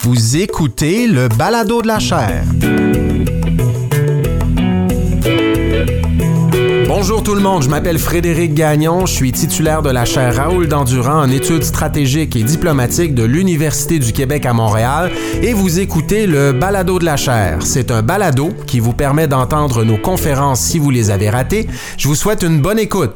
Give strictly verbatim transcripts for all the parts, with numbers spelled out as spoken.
Vous écoutez le balado de la chaire. Bonjour tout le monde, je m'appelle Frédéric Gagnon, je suis titulaire de la chaire Raoul Dandurand en études stratégiques et diplomatiques de l'Université du Québec à Montréal et vous écoutez le balado de la chaire. C'est un balado qui vous permet d'entendre nos conférences si vous les avez ratées. Je vous souhaite une bonne écoute.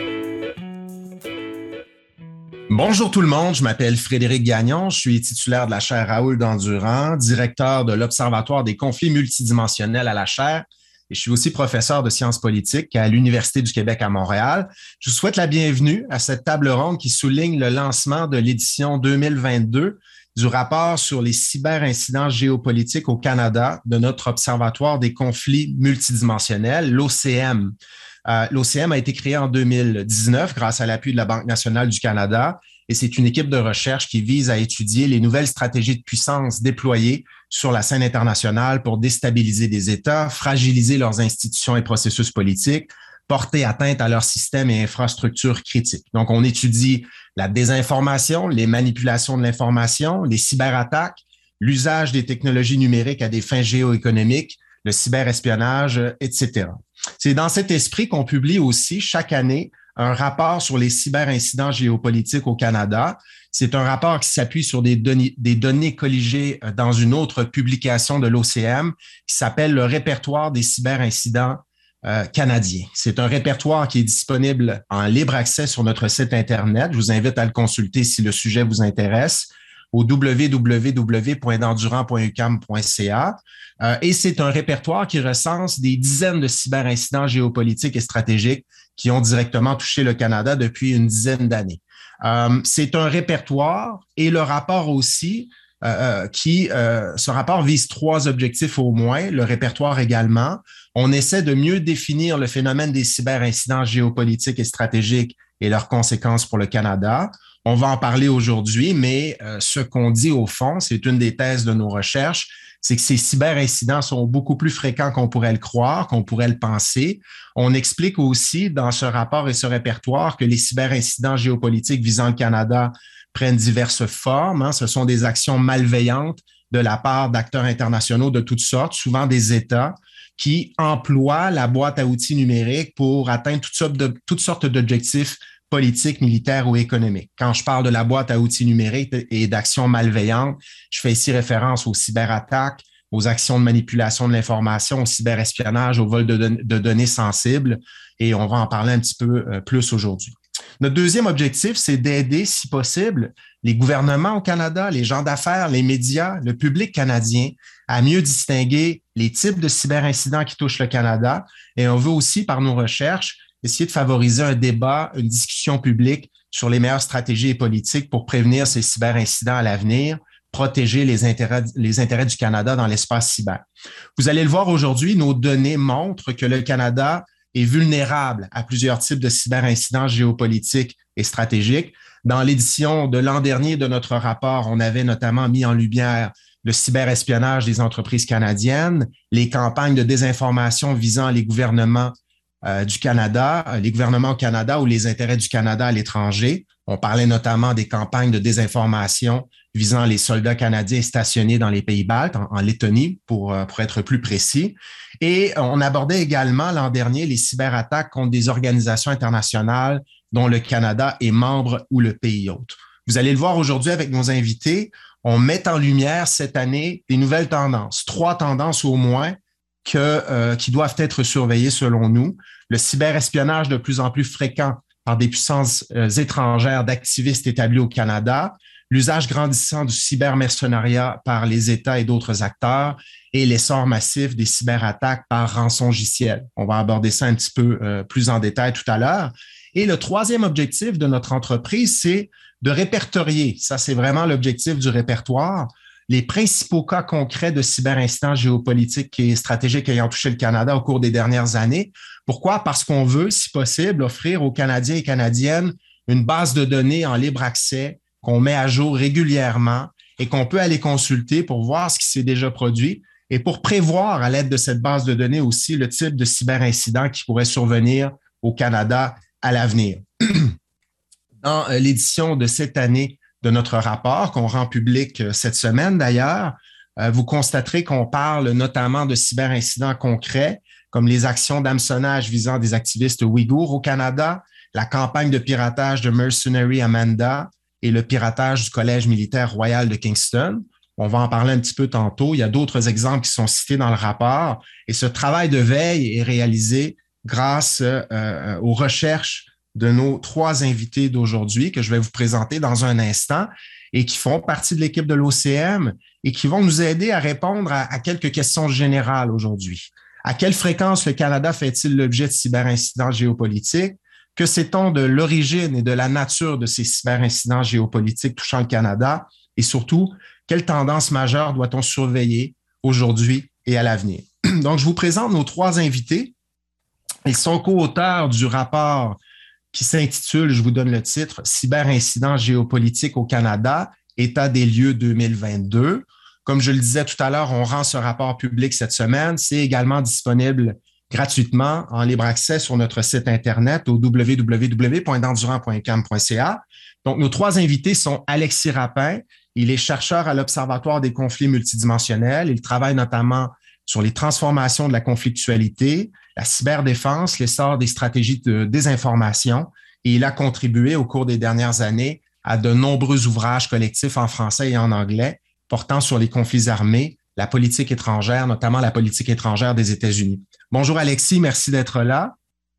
Bonjour tout le monde, je m'appelle Frédéric Gagnon, je suis titulaire de la chaire Raoul Dandurand, directeur de l'Observatoire des conflits multidimensionnels à la chaire et je suis aussi professeur de sciences politiques à l'Université du Québec à Montréal. Je vous souhaite la bienvenue à cette table ronde qui souligne le lancement de l'édition deux mille vingt-deux du rapport sur les cyberincidents géopolitiques au Canada de notre Observatoire des conflits multidimensionnels, l'O C M. Euh, L'O C M a été créé en deux mille dix-neuf grâce à l'appui de la Banque nationale du Canada et c'est une équipe de recherche qui vise à étudier les nouvelles stratégies de puissance déployées sur la scène internationale pour déstabiliser des États, fragiliser leurs institutions et processus politiques, porter atteinte à leurs systèmes et infrastructures critiques. Donc, on étudie la désinformation, les manipulations de l'information, les cyberattaques, l'usage des technologies numériques à des fins géoéconomiques, le cyberespionnage, et cetera. C'est dans cet esprit qu'on publie aussi chaque année un rapport sur les cyberincidents géopolitiques au Canada. C'est un rapport qui s'appuie sur des données, des données colligées dans une autre publication de l'O C M qui s'appelle le répertoire des cyberincidents euh, canadiens. C'est un répertoire qui est disponible en libre accès sur notre site Internet. Je vous invite à le consulter si le sujet vous intéresse au w w w point dandurand point u q a m point c a. Euh, et c'est un répertoire qui recense des dizaines de cyberincidents géopolitiques et stratégiques qui ont directement touché le Canada depuis une dizaine d'années. Euh, c'est un répertoire et le rapport aussi euh, qui, euh, ce rapport vise trois objectifs au moins, le répertoire également. On essaie de mieux définir le phénomène des cyberincidents géopolitiques et stratégiques et leurs conséquences pour le Canada. On va en parler aujourd'hui, mais euh, ce qu'on dit au fond, c'est une des thèses de nos recherches, c'est que ces cyberincidents sont beaucoup plus fréquents qu'on pourrait le croire, qu'on pourrait le penser. On explique aussi dans ce rapport et ce répertoire que les cyberincidents géopolitiques visant le Canada prennent diverses formes. Hein. Ce sont des actions malveillantes de la part d'acteurs internationaux de toutes sortes, souvent des États, qui emploient la boîte à outils numérique pour atteindre toutes sortes de, toutes sortes d'objectifs politique, militaire ou économique. Quand je parle de la boîte à outils numériques et d'actions malveillantes, je fais ici référence aux cyberattaques, aux actions de manipulation de l'information, au cyberespionnage, au vol de, don- de données sensibles, et on va en parler un petit peu euh, plus aujourd'hui. Notre deuxième objectif, c'est d'aider, si possible, les gouvernements au Canada, les gens d'affaires, les médias, le public canadien à mieux distinguer les types de cyberincidents qui touchent le Canada, et on veut aussi, par nos recherches, essayer de favoriser un débat, une discussion publique sur les meilleures stratégies et politiques pour prévenir ces cyberincidents à l'avenir, protéger les intérêts, les intérêts du Canada dans l'espace cyber. Vous allez le voir aujourd'hui, nos données montrent que le Canada est vulnérable à plusieurs types de cyberincidents géopolitiques et stratégiques. Dans l'édition de l'an dernier de notre rapport, on avait notamment mis en lumière le cyberespionnage des entreprises canadiennes, les campagnes de désinformation visant les gouvernements Euh, du Canada, les gouvernements au Canada ou les intérêts du Canada à l'étranger. On parlait notamment des campagnes de désinformation visant les soldats canadiens stationnés dans les pays baltes, en, en Lettonie, pour, pour être plus précis. Et on abordait également l'an dernier les cyberattaques contre des organisations internationales dont le Canada est membre ou le pays hôte. Vous allez le voir aujourd'hui avec nos invités, on met en lumière cette année des nouvelles tendances, trois tendances au moins, Que, euh, qui doivent être surveillés selon nous. Le cyberespionnage de plus en plus fréquent par des puissances euh, étrangères d'activistes établis au Canada, l'usage grandissant du cybermercenariat par les États et d'autres acteurs et l'essor massif des cyberattaques par rançongiciel. On va aborder ça un petit peu euh, plus en détail tout à l'heure. Et le troisième objectif de notre entreprise, c'est de répertorier, ça c'est vraiment l'objectif du répertoire, les principaux cas concrets de cyberincidents géopolitiques et stratégiques ayant touché le Canada au cours des dernières années. Pourquoi? Parce qu'on veut, si possible, offrir aux Canadiens et Canadiennes une base de données en libre accès qu'on met à jour régulièrement et qu'on peut aller consulter pour voir ce qui s'est déjà produit et pour prévoir à l'aide de cette base de données aussi le type de cyberincident qui pourrait survenir au Canada à l'avenir. Dans l'édition de cette année de notre rapport qu'on rend public cette semaine d'ailleurs, euh, vous constaterez qu'on parle notamment de cyberincidents concrets, comme les actions d'hameçonnage visant des activistes ouïghours au Canada, la campagne de piratage de Mercenary Amanda et le piratage du Collège militaire royal de Kingston. On va en parler un petit peu tantôt. Il y a d'autres exemples qui sont cités dans le rapport. Et ce travail de veille est réalisé grâce euh, aux recherches de nos trois invités d'aujourd'hui que je vais vous présenter dans un instant et qui font partie de l'équipe de l'O C M et qui vont nous aider à répondre à, à quelques questions générales aujourd'hui. À quelle fréquence le Canada fait-il l'objet de cyberincidents géopolitiques? Que sait-on de l'origine et de la nature de ces cyberincidents géopolitiques touchant le Canada? Et surtout, quelles tendances majeures doit-on surveiller aujourd'hui et à l'avenir? Donc, je vous présente nos trois invités. Ils sont co-auteurs du rapport qui s'intitule, je vous donne le titre, Cyberincidents géopolitiques au Canada, État des lieux deux mille vingt-deux. Comme je le disais tout à l'heure, on rend ce rapport public cette semaine. C'est également disponible gratuitement en libre accès sur notre site Internet au w w w point dandurand point cam point c a. Donc, nos trois invités sont Alexis Rapin. Il est chercheur à l'Observatoire des conflits multidimensionnels. Il travaille notamment sur les transformations de la conflictualité, la cyberdéfense, l'essor des stratégies de désinformation. Et il a contribué au cours des dernières années à de nombreux ouvrages collectifs en français et en anglais portant sur les conflits armés, la politique étrangère, notamment la politique étrangère des États-Unis. Bonjour Alexis, merci d'être là.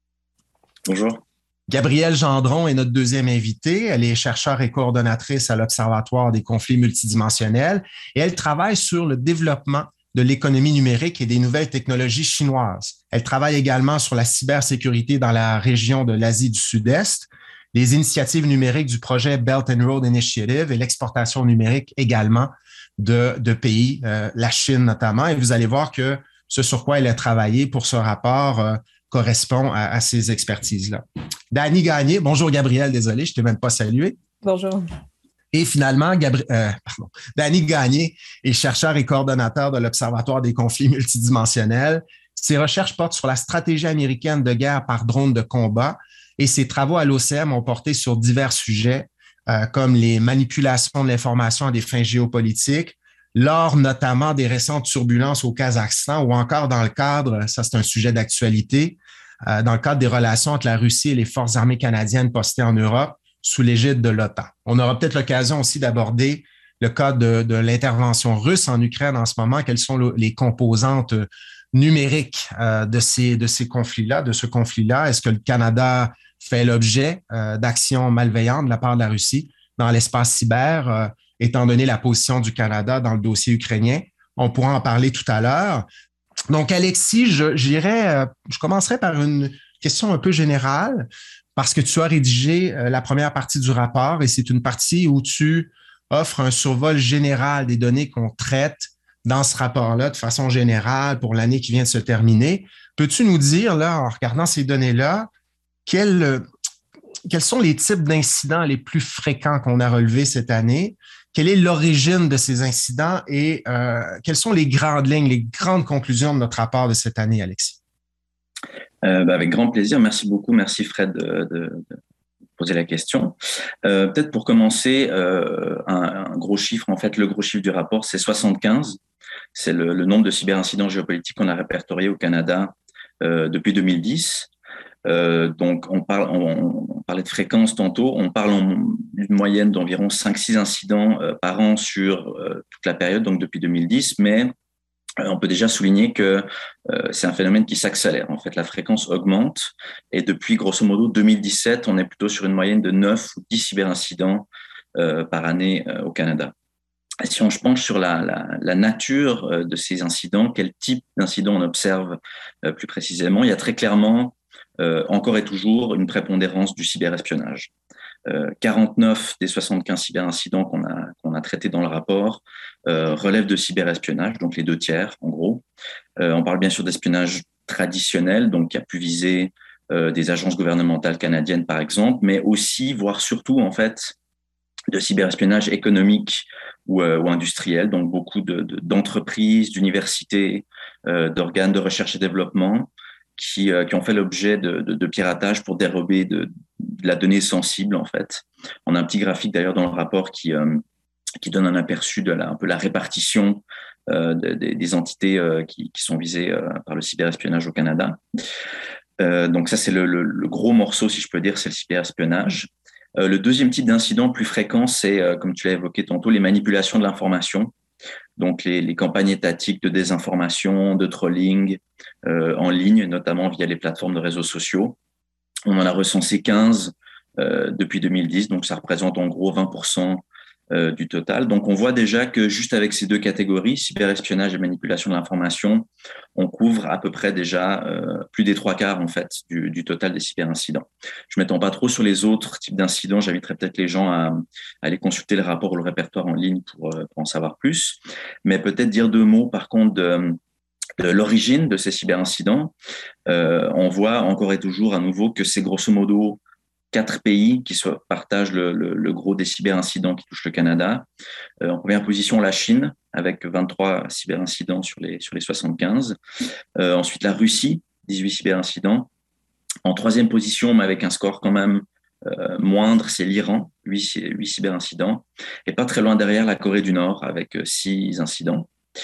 Bonjour. Gabrielle Gendron est notre deuxième invitée. Elle est chercheure et coordonnatrice à l'Observatoire des conflits multidimensionnels et elle travaille sur le développement de l'économie numérique et des nouvelles technologies chinoises. Elle travaille également sur la cybersécurité dans la région de l'Asie du Sud-Est, les initiatives numériques du projet Belt and Road Initiative et l'exportation numérique également de, de pays, euh, la Chine notamment. Et vous allez voir que ce sur quoi elle a travaillé pour ce rapport euh, correspond à, à ces expertises-là. Dany Gagné, bonjour Gabrielle, désolé, je ne t'ai même pas salué. Bonjour. Et finalement, Gabri- euh, pardon, Dany Gagné est chercheur et coordonnateur de l'Observatoire des conflits multidimensionnels. Ses recherches portent sur la stratégie américaine de guerre par drone de combat et ses travaux à l'O C M ont porté sur divers sujets euh, comme les manipulations de l'information à des fins géopolitiques, lors notamment des récentes turbulences au Kazakhstan ou encore dans le cadre, ça c'est un sujet d'actualité, euh, dans le cadre des relations entre la Russie et les forces armées canadiennes postées en Europe sous l'égide de l'OTAN. On aura peut-être l'occasion aussi d'aborder le cas de, de l'intervention russe en Ukraine en ce moment, quelles sont le, les composantes numériques euh, de ces, de ces conflits-là, de ce conflit-là. Est-ce que le Canada fait l'objet euh, d'actions malveillantes de la part de la Russie dans l'espace cyber, euh, étant donné la position du Canada dans le dossier ukrainien? On pourra en parler tout à l'heure. Donc, Alexis, je, j'irai, euh, je commencerai par une question un peu générale, parce que tu as rédigé euh, la première partie du rapport et c'est une partie où tu offres un survol général des données qu'on traite dans ce rapport-là de façon générale pour l'année qui vient de se terminer. Peux-tu nous dire, là, en regardant ces données-là, quels, quels sont les types d'incidents les plus fréquents qu'on a relevés cette année? Quelle est l'origine de ces incidents et euh, quelles sont les grandes lignes, les grandes conclusions de notre rapport de cette année, Alexis? Euh, bah avec grand plaisir. Merci beaucoup. Merci Fred de, de, de poser la question. Euh, peut-être pour commencer, euh, un, un gros chiffre, en fait, le gros chiffre du rapport, c'est soixante-quinze. C'est le, le nombre de cyberincidents géopolitiques qu'on a répertoriés au Canada euh, depuis deux mille dix. Euh, donc, on, parle, on, on parlait de fréquence tantôt. On parle en une moyenne d'environ cinq six incidents euh, par an sur euh, toute la période, donc depuis deux mille dix, mais on peut déjà souligner que euh, c'est un phénomène qui s'accélère. En fait, la fréquence augmente et depuis, grosso modo, deux mille dix-sept, on est plutôt sur une moyenne de neuf ou dix cyberincidents euh, par année euh, au Canada. Et si on se penche sur la, la, la nature euh, de ces incidents, quel type d'incidents on observe euh, plus précisément, il y a très clairement, euh, encore et toujours, une prépondérance du cyberespionnage. Euh, quarante-neuf des soixante-quinze cyberincidents qu'on a, qu'on a traités dans le rapport euh, relèvent de cyberespionnage, donc les deux tiers en gros. Euh, on parle bien sûr d'espionnage traditionnel, donc qui a pu viser euh, des agences gouvernementales canadiennes par exemple, mais aussi, voire surtout en fait, de cyberespionnage économique ou, euh, ou industriel, donc beaucoup de, de, d'entreprises, d'universités, euh, d'organes de recherche et développement qui, euh, qui ont fait l'objet de, de, de piratage pour dérober de, de la donnée sensible, en fait. On a un petit graphique d'ailleurs dans le rapport qui, euh, qui donne un aperçu de la, un peu la répartition euh, de, de, des entités euh, qui, qui sont visées euh, par le cyberespionnage au Canada. Euh, donc ça, c'est le, le, le gros morceau, si je peux dire, c'est le cyberespionnage. Euh, le deuxième type d'incident plus fréquent, c'est, euh, comme tu l'as évoqué tantôt, les manipulations de l'information. Donc les, les campagnes étatiques de désinformation, de trolling euh, en ligne, notamment via les plateformes de réseaux sociaux. On en a recensé quinze euh, depuis deux mille dix, donc ça représente en gros vingt pour cent euh, du total. Donc on voit déjà que juste avec ces deux catégories, cyberespionnage et manipulation de l'information, on couvre à peu près déjà euh, plus des trois quarts en fait du, du total des cyberincidents. Je ne m'étends pas trop sur les autres types d'incidents, j'inviterai peut-être les gens à, à aller consulter le rapport ou le répertoire en ligne pour, pour en savoir plus, mais peut-être dire deux mots par contre de, de l'origine de ces cyberincidents. Euh, on voit encore et toujours à nouveau que c'est grosso modo quatre pays qui se partagent le, le, le gros des cyberincidents qui touchent le Canada. Euh, en première position, la Chine, avec vingt-trois cyberincidents sur les, sur les soixante-quinze. Euh, ensuite, la Russie, dix-huit cyberincidents. En troisième position, mais avec un score quand même euh, moindre, c'est l'Iran, huit cyberincidents. Et pas très loin derrière, la Corée du Nord, avec six incidents.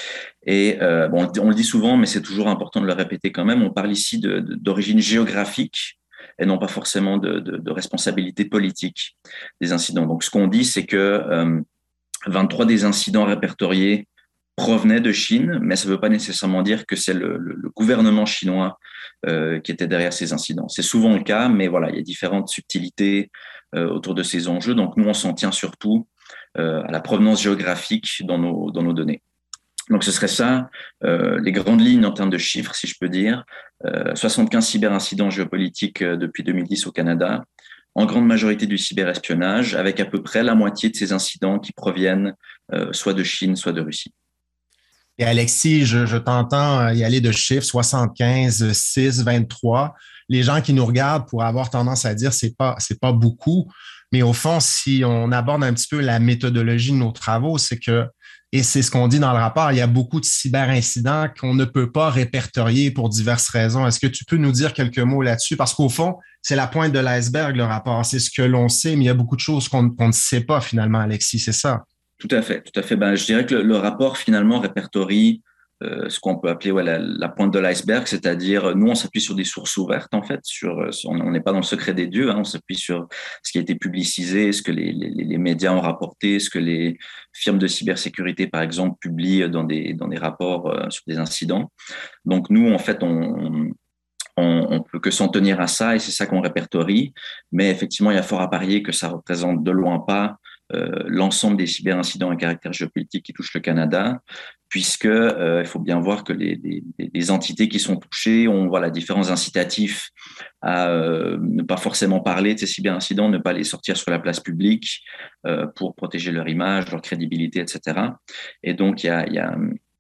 Et euh, bon, on le dit souvent, mais c'est toujours important de le répéter quand même, on parle ici de, de, d'origine géographique et non pas forcément de, de, de responsabilité politique des incidents. Donc, ce qu'on dit, c'est que euh, vingt-trois des incidents répertoriés provenaient de Chine, mais ça ne veut pas nécessairement dire que c'est le, le, le gouvernement chinois euh, qui était derrière ces incidents. C'est souvent le cas, mais voilà, il y a différentes subtilités euh, autour de ces enjeux. Donc, nous, on s'en tient surtout euh, à la provenance géographique dans nos, dans nos données. Donc, ce serait ça, euh, les grandes lignes en termes de chiffres, si je peux dire. Euh, soixante-quinze cyberincidents géopolitiques euh, depuis deux mille dix au Canada, en grande majorité du cyberespionnage, avec à peu près la moitié de ces incidents qui proviennent euh, soit de Chine, soit de Russie. Et Alexis, je, je t'entends y aller de chiffres, soixante-quinze, six, vingt-trois. Les gens qui nous regardent pourraient avoir tendance à dire que ce n'est pas, c'est pas beaucoup. Mais au fond, si on aborde un petit peu la méthodologie de nos travaux, c'est que, et c'est ce qu'on dit dans le rapport, il y a beaucoup de cyberincidents qu'on ne peut pas répertorier pour diverses raisons. Est-ce que tu peux nous dire quelques mots là-dessus? Parce qu'au fond, c'est la pointe de l'iceberg, le rapport. C'est ce que l'on sait, mais il y a beaucoup de choses qu'on, qu'on ne sait pas finalement, Alexis, c'est ça? Tout à fait, tout à fait. Ben, je dirais que le, le rapport finalement répertorie euh, ce qu'on peut appeler ouais, la, la pointe de l'iceberg, c'est-à-dire nous on s'appuie sur des sources ouvertes en fait, sur, on n'est pas dans le secret des dieux, hein, on s'appuie sur ce qui a été publicisé, ce que les, les, les médias ont rapporté, ce que les firmes de cybersécurité par exemple publient dans des, dans des rapports euh, sur des incidents. Donc nous en fait on, on on peut que s'en tenir à ça et c'est ça qu'on répertorie, mais effectivement il y a fort à parier que ça représente de loin pas Euh, l'ensemble des cyberincidents à caractère géopolitique qui touchent le Canada, puisque euh, il faut bien voir que les, les, les entités qui sont touchées ont voilà, différents incitatifs à euh, ne pas forcément parler de ces cyberincidents, ne pas les sortir sur la place publique euh, pour protéger leur image, leur crédibilité, et cetera. Et donc, il y a, il y a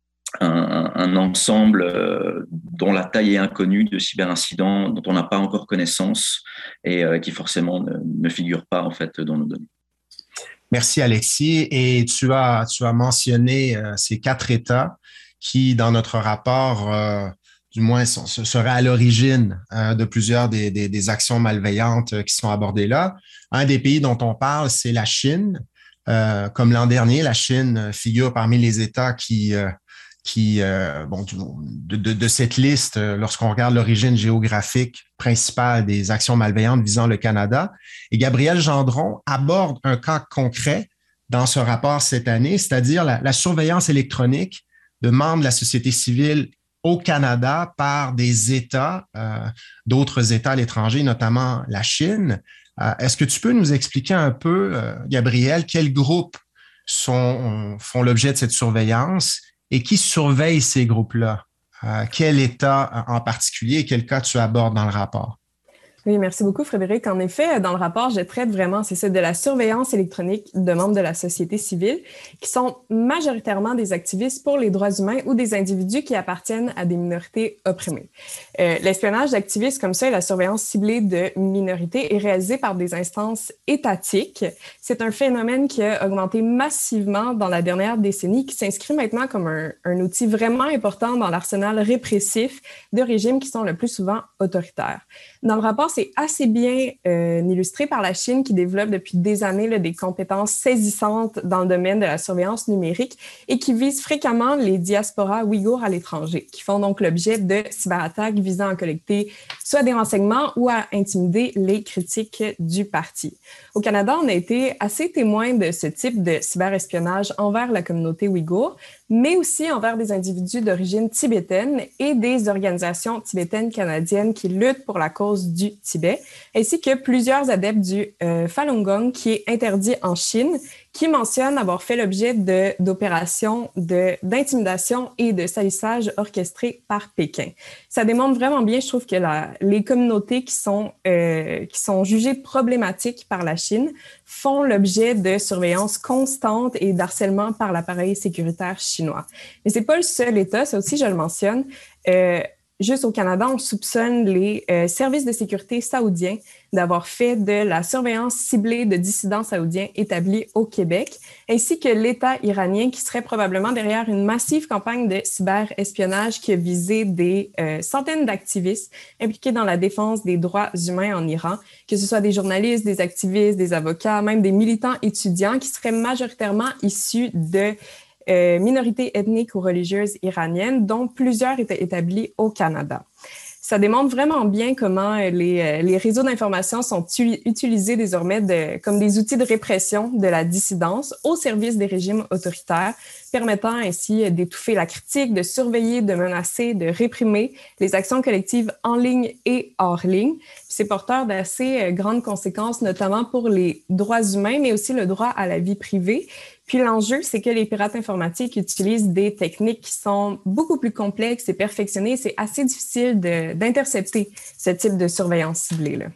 un, un ensemble euh, dont la taille est inconnue de cyberincidents dont on n'a pas encore connaissance et euh, qui forcément ne, ne figurent pas en fait dans nos données. Merci, Alexis. Et tu as, tu as mentionné euh, ces quatre États qui, dans notre rapport, euh, du moins, sont, seraient à l'origine euh, de plusieurs des, des, des actions malveillantes euh, qui sont abordées là. Un des pays dont on parle, c'est la Chine. Euh, comme l'an dernier, la Chine figure parmi les États qui, euh, qui euh, bon, de, de, de cette liste, euh, lorsqu'on regarde l'origine géographique principale des actions malveillantes visant le Canada. Et Gabriel Gendron aborde un cas concret dans ce rapport cette année, c'est-à-dire la, la surveillance électronique de membres de la société civile au Canada par des États, euh, d'autres États à l'étranger, notamment la Chine. Euh, est-ce que tu peux nous expliquer un peu, euh, Gabriel, quels groupes sont, font l'objet de cette surveillance et qui surveille ces groupes-là? Euh, quel État en particulier et quel cas tu abordes dans le rapport? Oui, merci beaucoup, Frédéric. En effet, dans le rapport, je traite vraiment, c'est ça, de la surveillance électronique de membres de la société civile qui sont majoritairement des activistes pour les droits humains ou des individus qui appartiennent à des minorités opprimées. Euh, l'espionnage d'activistes comme ça et la surveillance ciblée de minorités est réalisé par des instances étatiques. C'est un phénomène qui a augmenté massivement dans la dernière décennie, qui s'inscrit maintenant comme un, un outil vraiment important dans l'arsenal répressif de régimes qui sont le plus souvent autoritaires. Dans le rapport, c'est assez bien euh, illustré par la Chine qui développe depuis des années là, des compétences saisissantes dans le domaine de la surveillance numérique et qui vise fréquemment les diasporas ouïghours à l'étranger, qui font donc l'objet de cyberattaques visant à collecter soit des renseignements ou à intimider les critiques du parti. Au Canada, on a été assez témoin de ce type de cyberespionnage envers la communauté ouïghour, mais aussi envers des individus d'origine tibétaine et des organisations tibétaines canadiennes qui luttent pour la cause du Tibet, ainsi que plusieurs adeptes du euh, Falun Gong qui est interdit en Chine, qui mentionnent avoir fait l'objet de, d'opérations de, d'intimidation et de salissage orchestrées par Pékin. Ça démontre vraiment bien, je trouve, que la, les communautés qui sont, euh, qui sont jugées problématiques par la Chine font l'objet de surveillance constante et d'harcèlement par l'appareil sécuritaire chinois. Mais c'est pas le seul État, ça aussi je le mentionne. Euh, Juste au Canada, on soupçonne les euh, services de sécurité saoudiens d'avoir fait de la surveillance ciblée de dissidents saoudiens établis au Québec, ainsi que l'État iranien qui serait probablement derrière une massive campagne de cyberespionnage qui a visé des euh, centaines d'activistes impliqués dans la défense des droits humains en Iran, que ce soit des journalistes, des activistes, des avocats, même des militants étudiants qui seraient majoritairement issus de Euh, minorités ethniques ou religieuses iraniennes, dont plusieurs étaient établis au Canada. Ça démontre vraiment bien comment les, les réseaux d'information sont tu, utilisés désormais de, comme des outils de répression de la dissidence au service des régimes autoritaires, permettant ainsi d'étouffer la critique, de surveiller, de menacer, de réprimer les actions collectives en ligne et hors ligne. C'est porteur d'assez grandes conséquences, notamment pour les droits humains, mais aussi le droit à la vie privée. Puis l'enjeu, c'est que les pirates informatiques utilisent des techniques qui sont beaucoup plus complexes et perfectionnées. C'est assez difficile de, d'intercepter ce type de surveillance ciblée-là.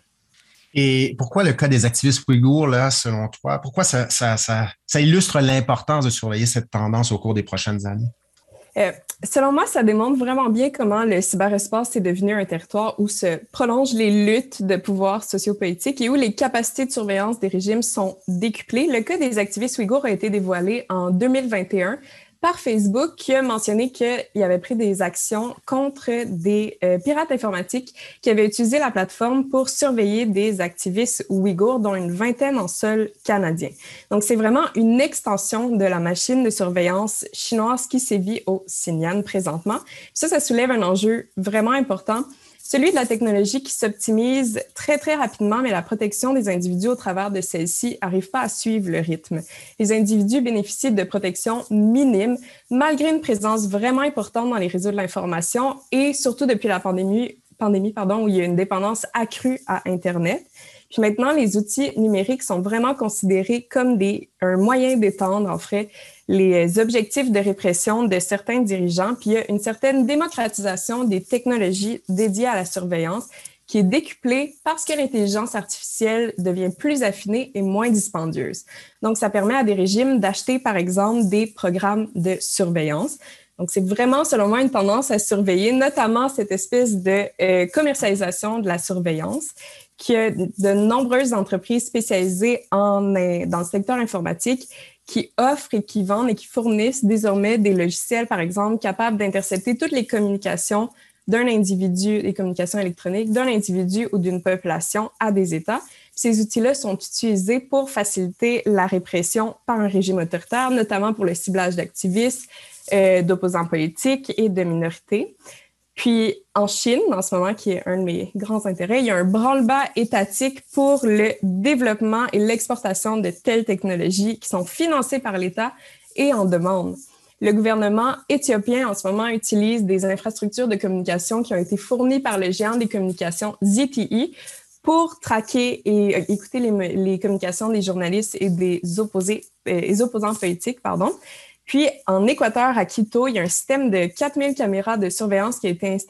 Et pourquoi le cas des activistes ouïghours, là, selon toi, pourquoi ça, ça, ça, ça illustre l'importance de surveiller cette tendance au cours des prochaines années? Euh, selon moi, ça démontre vraiment bien comment le cyberespace est devenu un territoire où se prolongent les luttes de pouvoir sociopolitique et où les capacités de surveillance des régimes sont décuplées. Le cas des activistes ouïghours a été dévoilé en deux mille vingt et un par Facebook, qui a mentionné qu'il avait pris des actions contre des euh, pirates informatiques qui avaient utilisé la plateforme pour surveiller des activistes ouïghours, dont une vingtaine en sol canadien. Donc, c'est vraiment une extension de la machine de surveillance chinoise qui sévit au Xinjiang présentement. Ça, ça soulève un enjeu vraiment important, celui de la technologie qui s'optimise très, très rapidement, mais la protection des individus au travers de celle-ci n'arrive pas à suivre le rythme. Les individus bénéficient de protections minimes, malgré une présence vraiment importante dans les réseaux de l'information et surtout depuis la pandémie, pandémie pardon, où il y a une dépendance accrue à Internet. Puis maintenant, les outils numériques sont vraiment considérés comme des, un moyen d'étendre, en fait, les objectifs de répression de certains dirigeants. Puis il y a une certaine démocratisation des technologies dédiées à la surveillance qui est décuplée parce que l'intelligence artificielle devient plus affinée et moins dispendieuse. Donc, ça permet à des régimes d'acheter, par exemple, des programmes de surveillance. Donc, c'est vraiment, selon moi, une tendance à surveiller, notamment cette espèce de euh, commercialisation de la surveillance, qu'il y a de nombreuses entreprises spécialisées en, dans le secteur informatique qui offrent et qui vendent et qui fournissent désormais des logiciels, par exemple, capables d'intercepter toutes les communications d'un individu, les communications électroniques d'un individu ou d'une population à des États. Ces outils-là sont utilisés pour faciliter la répression par un régime autoritaire, notamment pour le ciblage d'activistes, euh, d'opposants politiques et de minorités. Puis, en Chine, en ce moment, qui est un de mes grands intérêts, il y a un branle-bas étatique pour le développement et l'exportation de telles technologies qui sont financées par l'État et en demande. Le gouvernement éthiopien, en ce moment, utilise des infrastructures de communication qui ont été fournies par le géant des communications Z T E pour traquer et écouter les, les communications des journalistes et des opposés, euh, des opposants politiques, pardon. Puis, en Équateur, à Quito, il y a un système de quatre mille caméras de surveillance qui a été installé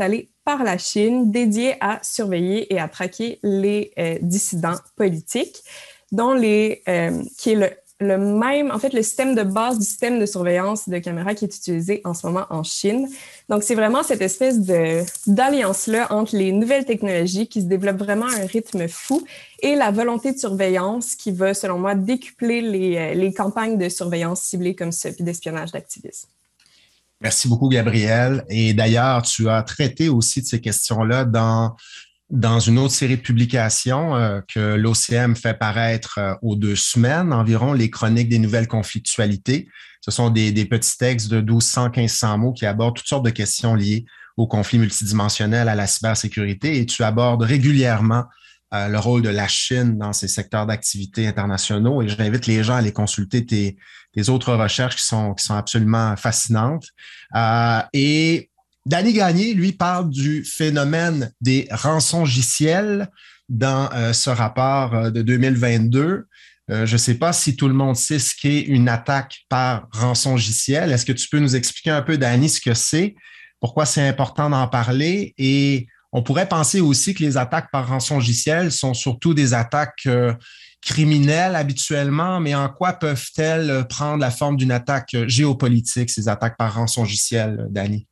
par la Chine dédié à surveiller et à traquer les euh, dissidents politiques, dont les, euh, qui est le, le même, en fait, le système de base du système de surveillance de caméras qui est utilisé en ce moment en Chine. Donc, c'est vraiment cette espèce de, d'alliance-là entre les nouvelles technologies qui se développent vraiment à un rythme fou et la volonté de surveillance qui va, selon moi, décupler les, les campagnes de surveillance ciblées comme ça, puis d'espionnage d'activisme. Merci beaucoup, Gabriel. Et d'ailleurs, tu as traité aussi de ces questions-là dans, dans une autre série de publications euh, que l'O C M fait paraître euh, aux deux semaines environ, les chroniques des nouvelles conflictualités. Ce sont des, des petits textes de mille deux cents à quinze cents mots qui abordent toutes sortes de questions liées aux conflits multidimensionnels, à la cybersécurité, et tu abordes régulièrement euh, le rôle de la Chine dans ces secteurs d'activité internationaux. Et j'invite les gens à aller consulter tes des autres recherches qui sont, qui sont absolument fascinantes. Euh, et Danny Gagné, lui, parle du phénomène des rançongiciels dans euh, ce rapport de deux mille vingt-deux. Euh, je ne sais pas si tout le monde sait ce qu'est une attaque par rançongiciel. Est-ce que tu peux nous expliquer un peu, Danny, ce que c'est, pourquoi c'est important d'en parler? Et on pourrait penser aussi que les attaques par rançongiciel sont surtout des attaques euh, criminelles habituellement, mais en quoi peuvent-elles prendre la forme d'une attaque géopolitique, ces attaques par rançongiciel, Danny?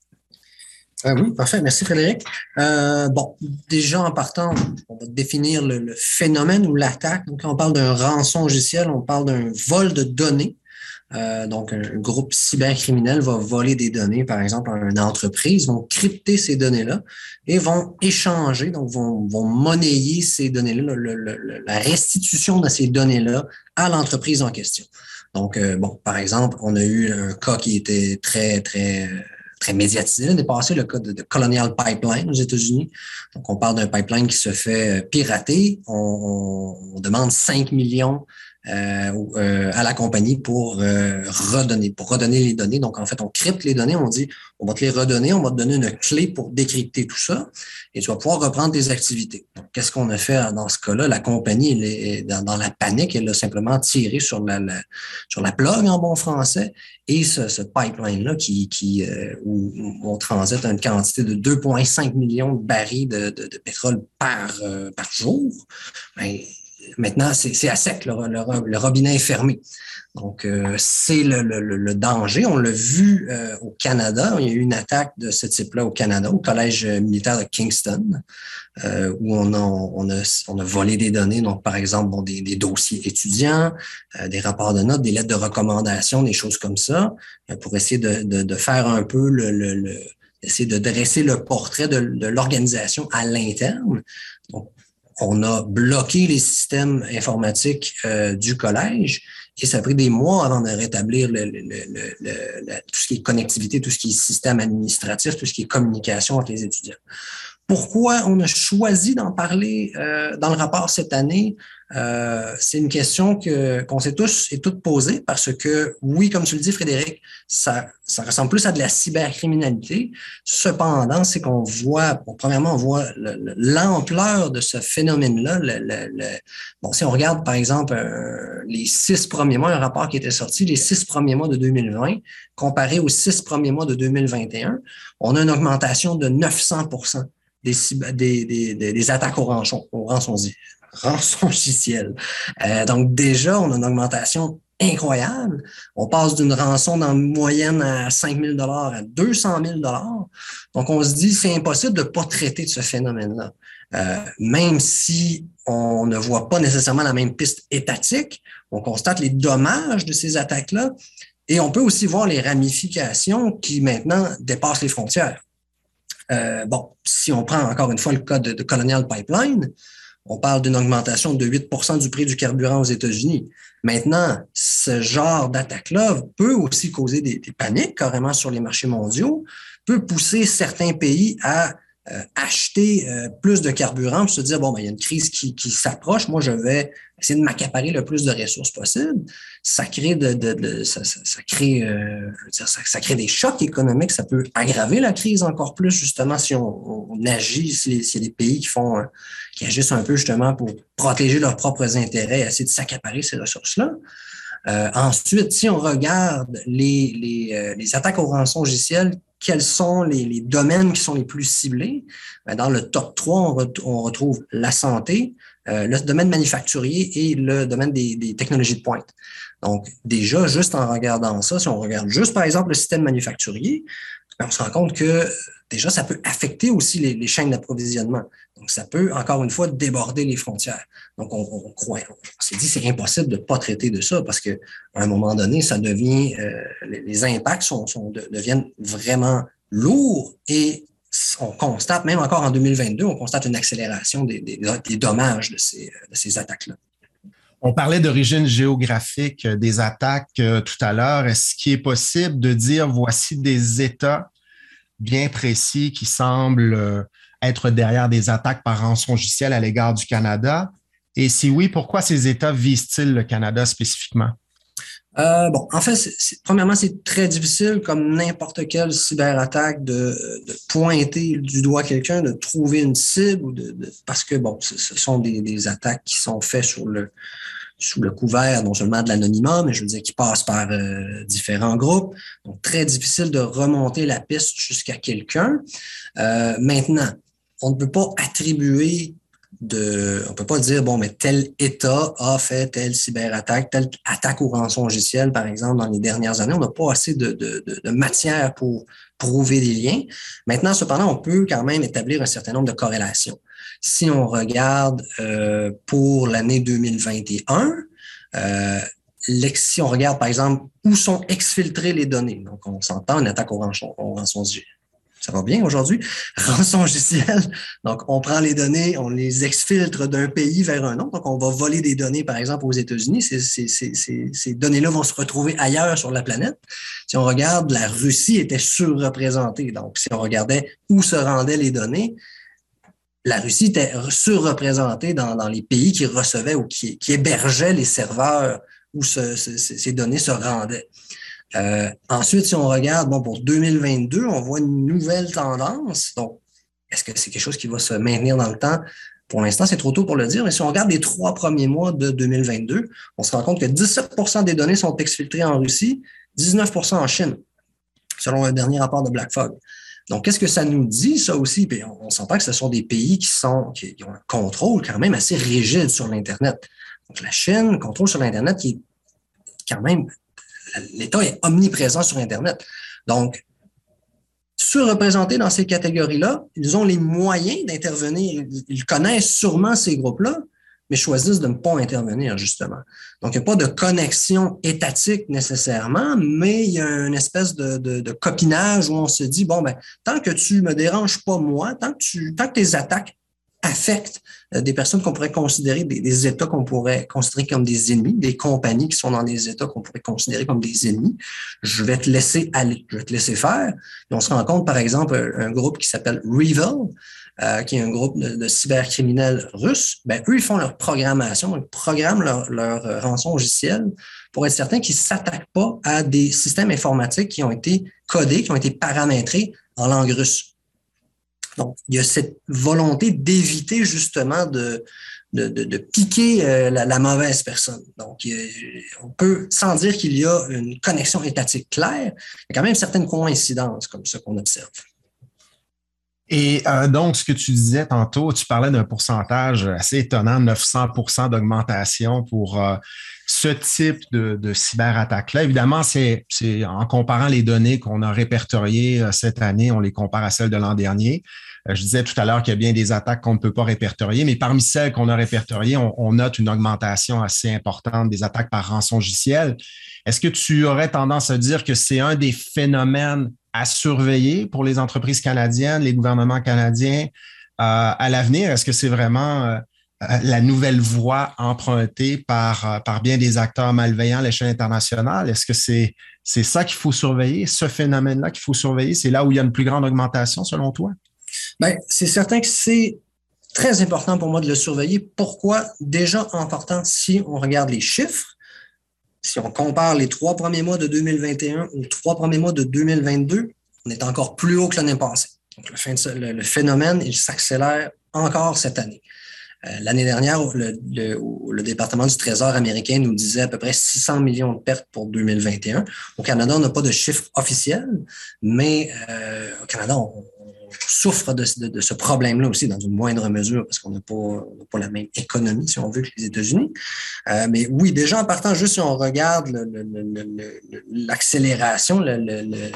Euh, oui, parfait. Merci, Frédéric. Euh, bon, déjà en partant, on va définir le, le phénomène ou l'attaque. Donc, quand on parle d'un rançongiciel, on parle d'un vol de données. Euh, donc, un groupe cybercriminel va voler des données, par exemple, à une entreprise, vont crypter ces données-là et vont échanger, donc vont, vont monnayer ces données-là, le, le, le, la restitution de ces données-là à l'entreprise en question. Donc, euh, bon, par exemple, on a eu un cas qui était très, très, très médiatisé l'année passée, le cas de, de Colonial Pipeline aux États-Unis. Donc, on parle d'un pipeline qui se fait pirater. On, on, on demande cinq millions Euh, euh, à la compagnie pour euh, redonner, pour redonner les données. Donc, en fait, on crypte les données, on dit, on va te les redonner, on va te donner une clé pour décrypter tout ça et tu vas pouvoir reprendre tes activités. Donc, qu'est-ce qu'on a fait dans ce cas-là? La compagnie, elle est dans, dans la panique, elle a simplement tiré sur la, la, sur la plug en bon français et ce, ce pipeline-là qui, qui euh, où, où on transite une quantité de deux virgule cinq millions de barils de, de, de pétrole par, euh, par jour. Ben, maintenant, c'est, c'est à sec, le, le, le robinet est fermé. Donc, euh, c'est le, le, le danger. On l'a vu euh, au Canada. Il y a eu une attaque de ce type-là au Canada, au Collège militaire de Kingston, euh, où on a, on, a, on a volé des données. Donc, par exemple, bon, des, des dossiers étudiants, euh, des rapports de notes, des lettres de recommandation, des choses comme ça, euh, pour essayer de, de, de faire un peu le... le, le essayer de dresser le portrait de, de l'organisation à l'interne. Donc, on a bloqué les systèmes informatiques euh, du collège et ça a pris des mois avant de rétablir le, le, le, le, le, tout ce qui est connectivité, tout ce qui est système administratif, tout ce qui est communication entre les étudiants. Pourquoi on a choisi d'en parler euh, dans le rapport cette année? Euh, c'est une question que, qu'on s'est tous et toutes posée parce que, oui, comme tu le dis, Frédéric, ça, ça ressemble plus à de la cybercriminalité. Cependant, c'est qu'on voit, bon, premièrement, on voit le, le, l'ampleur de ce phénomène-là. Le, le, le, bon, si on regarde, par exemple, euh, les six premiers mois, un rapport qui était sorti, les six premiers mois de deux mille vingt, comparé aux six premiers mois de deux mille vingt et un, on a une augmentation de neuf cents pour cent des, des, des, des attaques au rançon, au rançongiciel. rançongiciel. Euh, donc, déjà, on a une augmentation incroyable. On passe d'une rançon dans moyenne à cinq mille dollars à deux cent mille dollars. Donc, on se dit, c'est impossible de ne pas traiter de ce phénomène-là. Euh, même si on ne voit pas nécessairement la même piste étatique, on constate les dommages de ces attaques-là et on peut aussi voir les ramifications qui maintenant dépassent les frontières. Euh, bon, si on prend encore une fois le cas de, de Colonial Pipeline, on parle d'une augmentation de huit pour cent du prix du carburant aux États-Unis. Maintenant, ce genre d'attaque-là peut aussi causer des, des paniques carrément sur les marchés mondiaux, peut pousser certains pays à euh, acheter euh, plus de carburant pour se dire, bon, ben, il y a une crise qui, qui s'approche, moi, je vais essayer de m'accaparer le plus de ressources possible. Ça crée, de, de, de, ça, ça, ça, crée, euh, je veux dire, ça, ça crée des chocs économiques, ça peut aggraver la crise encore plus, justement, si on, on agit, s'il si y a des pays qui font, euh, qui agissent un peu justement pour protéger leurs propres intérêts et essayer de s'accaparer ces ressources-là. Euh, ensuite, si on regarde les, les, euh, les attaques au rançongiciel quels sont les, les domaines qui sont les plus ciblés? Bien, dans le top trois, on, ret- on retrouve la santé, euh, le domaine manufacturier et le domaine des, des technologies de pointe. Donc, déjà, juste en regardant ça, si on regarde juste, par exemple, le système manufacturier, bien, on se rend compte que déjà, ça peut affecter aussi les, les chaînes d'approvisionnement. Donc, ça peut, encore une fois, déborder les frontières. Donc, on, on croit, on s'est dit, c'est impossible de ne pas traiter de ça parce qu'à un moment donné, ça devient, euh, les, les impacts sont, sont, de, deviennent vraiment lourds et on constate, même encore en deux mille vingt-deux, on constate une accélération des, des, des dommages de ces, de ces attaques-là. On parlait d'origine géographique des attaques euh, tout à l'heure. Est-ce qu'il est possible de dire voici des États bien précis qui semblent euh, être derrière des attaques par rançongiciel à l'égard du Canada? Et si oui, pourquoi ces États visent-ils le Canada spécifiquement? Euh, bon, en fait, c'est, c'est, premièrement, c'est très difficile, comme n'importe quelle cyberattaque, de, de pointer du doigt quelqu'un, de trouver une cible, ou de, de, parce que, bon, ce, ce sont des, des attaques qui sont faites sur le, sous le couvert non seulement de l'anonymat, mais je veux dire qui passent par euh, différents groupes. Donc, très difficile de remonter la piste jusqu'à quelqu'un. Euh, maintenant, on ne peut pas attribuer de, on peut pas dire, bon, mais tel État a fait telle cyberattaque, telle attaque au rançongiciel, par exemple, dans les dernières années. On n'a pas assez de, de, de, de matière pour prouver des liens. Maintenant, cependant, on peut quand même établir un certain nombre de corrélations. Si on regarde euh, pour l'année deux mille vingt et un, euh, si on regarde, par exemple, où sont exfiltrées les données, donc on s'entend une attaque au rançongiciel. Ça va bien aujourd'hui? Rançongiciel. Donc, on prend les données, on les exfiltre d'un pays vers un autre. Donc, on va voler des données, par exemple, aux États-Unis. Ces, ces, ces, ces données-là vont se retrouver ailleurs sur la planète. Si on regarde, la Russie était surreprésentée. Donc, si on regardait où se rendaient les données, la Russie était surreprésentée dans, dans les pays qui recevaient ou qui, qui hébergeaient les serveurs où ce, ce, ces données se rendaient. Euh, ensuite, si on regarde, bon, pour deux mille vingt-deux, on voit une nouvelle tendance. Donc, est-ce que c'est quelque chose qui va se maintenir dans le temps? Pour l'instant, c'est trop tôt pour le dire, mais si on regarde les trois premiers mois de deux mille vingt-deux, on se rend compte que dix-sept pour cent des données sont exfiltrées en Russie, dix-neuf pour cent en Chine, selon un dernier rapport de BlackFog. Donc, qu'est-ce que ça nous dit, ça aussi? Puis on, on s'entend que ce sont des pays qui, sont, qui, qui ont un contrôle quand même assez rigide sur l'Internet. Donc, la Chine, contrôle sur l'Internet qui est quand même... L'État est omniprésent sur Internet. Donc, surreprésentés dans ces catégories-là, ils ont les moyens d'intervenir. Ils connaissent sûrement ces groupes-là, mais choisissent de ne pas intervenir, justement. Donc, il n'y a pas de connexion étatique nécessairement, mais il y a une espèce de, de, de copinage où on se dit, bon, ben, tant que tu ne me déranges pas moi, tant que, tu, tant que tes attaques affectent des personnes qu'on pourrait considérer, des, des États qu'on pourrait considérer comme des ennemis, des compagnies qui sont dans des États qu'on pourrait considérer comme des ennemis, je vais te laisser aller, je vais te laisser faire. Et on se rend compte, par exemple, un, un groupe qui s'appelle Revil, euh, qui est un groupe de, de cybercriminels russes, ben, eux, ils font leur programmation, ils programment leur, leur rançongiciel pour être certains qu'ils ne s'attaquent pas à des systèmes informatiques qui ont été codés, qui ont été paramétrés en langue russe. Donc, il y a cette volonté d'éviter justement de, de, de, de piquer euh, la, la mauvaise personne. Donc, euh, on peut, sans dire qu'il y a une connexion étatique claire, il y a quand même certaines coïncidences comme ça qu'on observe. Et euh, donc, ce que tu disais tantôt, tu parlais d'un pourcentage assez étonnant, neuf cents pour cent d'augmentation pour euh, ce type de, de cyberattaque-là. Évidemment, c'est, c'est en comparant les données qu'on a répertoriées euh, cette année, on les compare à celles de l'an dernier. Euh, je disais tout à l'heure qu'il y a bien des attaques qu'on ne peut pas répertorier, mais parmi celles qu'on a répertoriées, on, on note une augmentation assez importante des attaques par rançongiciel. Est-ce que tu aurais tendance à dire que c'est un des phénomènes à surveiller pour les entreprises canadiennes, les gouvernements canadiens euh, à l'avenir? Est-ce que c'est vraiment euh, la nouvelle voie empruntée par, euh, par bien des acteurs malveillants à l'échelle internationale? Est-ce que c'est, c'est ça qu'il faut surveiller, ce phénomène-là qu'il faut surveiller? C'est là où il y a une plus grande augmentation, selon toi? Bien, c'est certain que c'est très important pour moi de le surveiller. Pourquoi? Déjà, en partant, si on regarde les chiffres, si on compare les trois premiers mois de deux mille vingt et un aux trois premiers mois de deux mille vingt-deux, on est encore plus haut que l'année passée. Donc, le, le phénomène, il s'accélère encore cette année. Euh, l'année dernière, le, le, le département du Trésor américain nous disait à peu près six cents millions de pertes pour deux mille vingt et un. Au Canada, on n'a pas de chiffre officiel, mais euh, au Canada, on, on souffre de, de, de ce problème-là aussi dans une moindre mesure parce qu'on n'a pas, on n'a pas la même économie, si on veut, que les États-Unis. Euh, mais oui, déjà en partant, juste si on regarde le, le, le, le, l'accélération, le, le, le,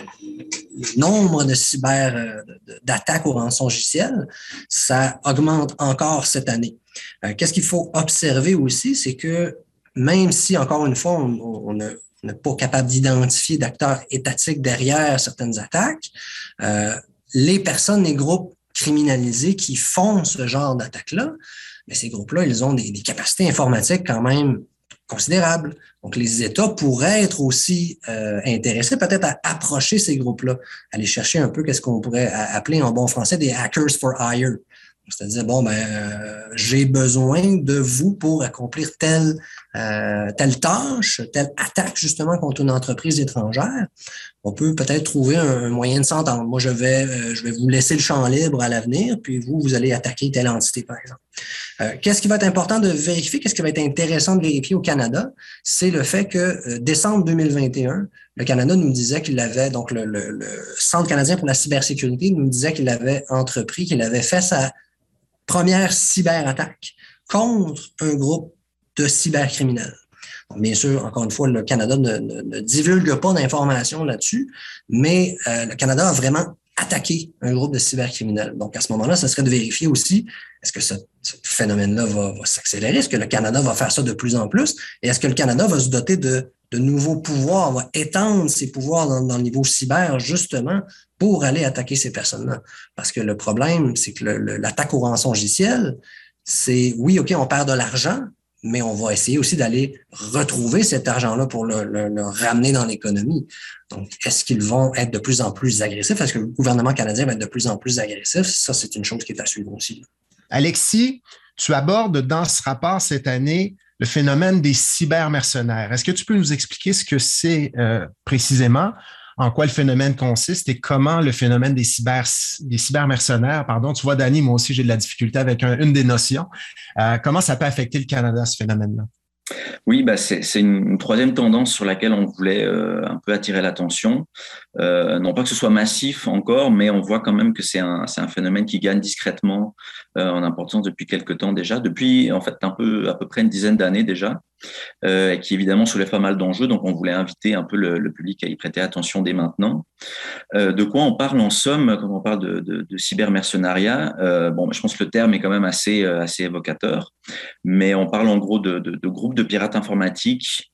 le nombre de cyber d'attaques au rançongiciel, ça augmente encore cette année. Euh, qu'est-ce qu'il faut observer aussi, c'est que même si, encore une fois, on, on a on n'est pas capable d'identifier d'acteurs étatiques derrière certaines attaques, euh, les personnes, les groupes criminalisés qui font ce genre d'attaque-là, mais ces groupes-là, ils ont des, des capacités informatiques quand même considérables. Donc, les États pourraient être aussi euh, intéressés peut-être à approcher ces groupes-là, aller chercher un peu qu'est-ce qu'on pourrait appeler en bon français des hackers for hire. C'est-à-dire, bon, ben, euh, j'ai besoin de vous pour accomplir telle, euh, telle tâche, telle attaque justement contre une entreprise étrangère. On peut peut-être trouver un, un moyen de s'entendre. Moi, je vais, euh, je vais vous laisser le champ libre à l'avenir, puis vous, vous allez attaquer telle entité, par exemple. Euh, qu'est-ce qui va être important de vérifier? Qu'est-ce qui va être intéressant de vérifier au Canada? C'est le fait que euh, décembre deux mille vingt et un, le Canada nous disait qu'il avait, donc le, le, le Centre canadien pour la cybersécurité nous disait qu'il avait entrepris, qu'il avait fait sa première cyberattaque contre un groupe de cybercriminels. Donc, bien sûr, encore une fois, le Canada ne, ne, ne divulgue pas d'informations là-dessus, mais euh, le Canada a vraiment attaqué un groupe de cybercriminels. Donc, à ce moment-là, ce serait de vérifier aussi, est-ce que ce, ce phénomène-là va, va s'accélérer? Est-ce que le Canada va faire ça de plus en plus? Et est-ce que le Canada va se doter de, de nouveaux pouvoirs, va étendre ses pouvoirs dans, dans le niveau cyber, justement, pour aller attaquer ces personnes-là? Parce que le problème, c'est que le, le, l'attaque au rançongiciel, c'est, oui, OK, on perd de l'argent, mais on va essayer aussi d'aller retrouver cet argent-là pour le, le, le ramener dans l'économie. Donc, est-ce qu'ils vont être de plus en plus agressifs? Est-ce que le gouvernement canadien va être de plus en plus agressif? Ça, c'est une chose qui est à suivre aussi. Alexis, tu abordes dans ce rapport cette année le phénomène des cybermercenaires. Est-ce que tu peux nous expliquer ce que c'est euh, précisément, en quoi le phénomène consiste et comment le phénomène des cyber des cybermercenaires, pardon, tu vois, Dany, moi aussi j'ai de la difficulté avec un, une des notions. Euh, comment ça peut affecter le Canada, ce phénomène-là? Oui, bah c'est, c'est une troisième tendance sur laquelle on voulait euh, un peu attirer l'attention. Euh, non pas que ce soit massif encore, mais on voit quand même que c'est un, c'est un phénomène qui gagne discrètement euh, en importance depuis quelques temps déjà, depuis en fait un peu à peu près une dizaine d'années déjà, euh, et qui évidemment soulève pas mal d'enjeux. Donc on voulait inviter un peu le, le public à y prêter attention dès maintenant. Euh, de quoi on parle en somme quand on parle de, de, de cybermercenariat? euh, Bon, je pense que le terme est quand même assez assez évocateur, mais on parle en gros de, de, de groupes de pirates informatiques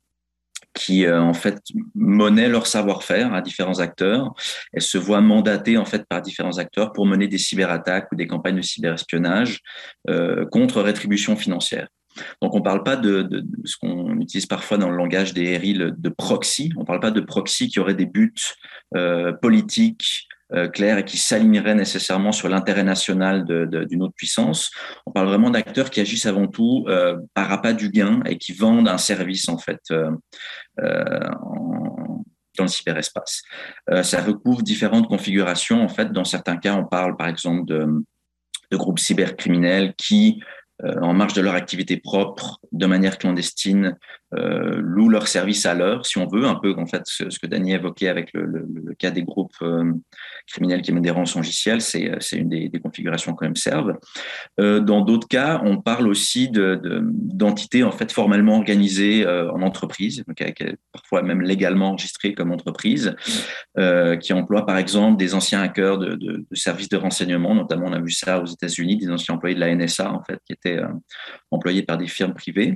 qui euh, en fait monnaient leur savoir-faire à différents acteurs et se voient mandatés en fait par différents acteurs pour mener des cyberattaques ou des campagnes de cyberespionnage euh, contre rétribution financière. Donc, on ne parle pas de, de, de ce qu'on utilise parfois dans le langage des R I, le, de proxy. On ne parle pas de proxy qui aurait des buts euh, politiques euh, clairs et qui s'aligneraient nécessairement sur l'intérêt national de, de, d'une autre puissance. On parle vraiment d'acteurs qui agissent avant tout euh, par appât du gain et qui vendent un service, en fait, euh, euh, en, dans le cyberespace. Euh, ça recouvre différentes configurations. En fait, dans certains cas, on parle, par exemple, de, de groupes cybercriminels qui en marge de leur activité propre, de manière clandestine, euh, louent leurs services à l'heure, si on veut, un peu en fait ce, ce que Dany évoquait avec le, le, le cas des groupes euh, criminels qui mènent des rançongiciels, c'est, c'est une des, des configurations qu'on observe. Euh, dans d'autres cas, on parle aussi de, de, d'entités en fait formellement organisées euh, en entreprise, donc avec, parfois même légalement enregistrées comme entreprise, euh, qui emploient par exemple des anciens hackers de, de, de services de renseignement, notamment on a vu ça aux États-Unis, des anciens employés de la N S A en fait, qui étaient euh, employés par des firmes privées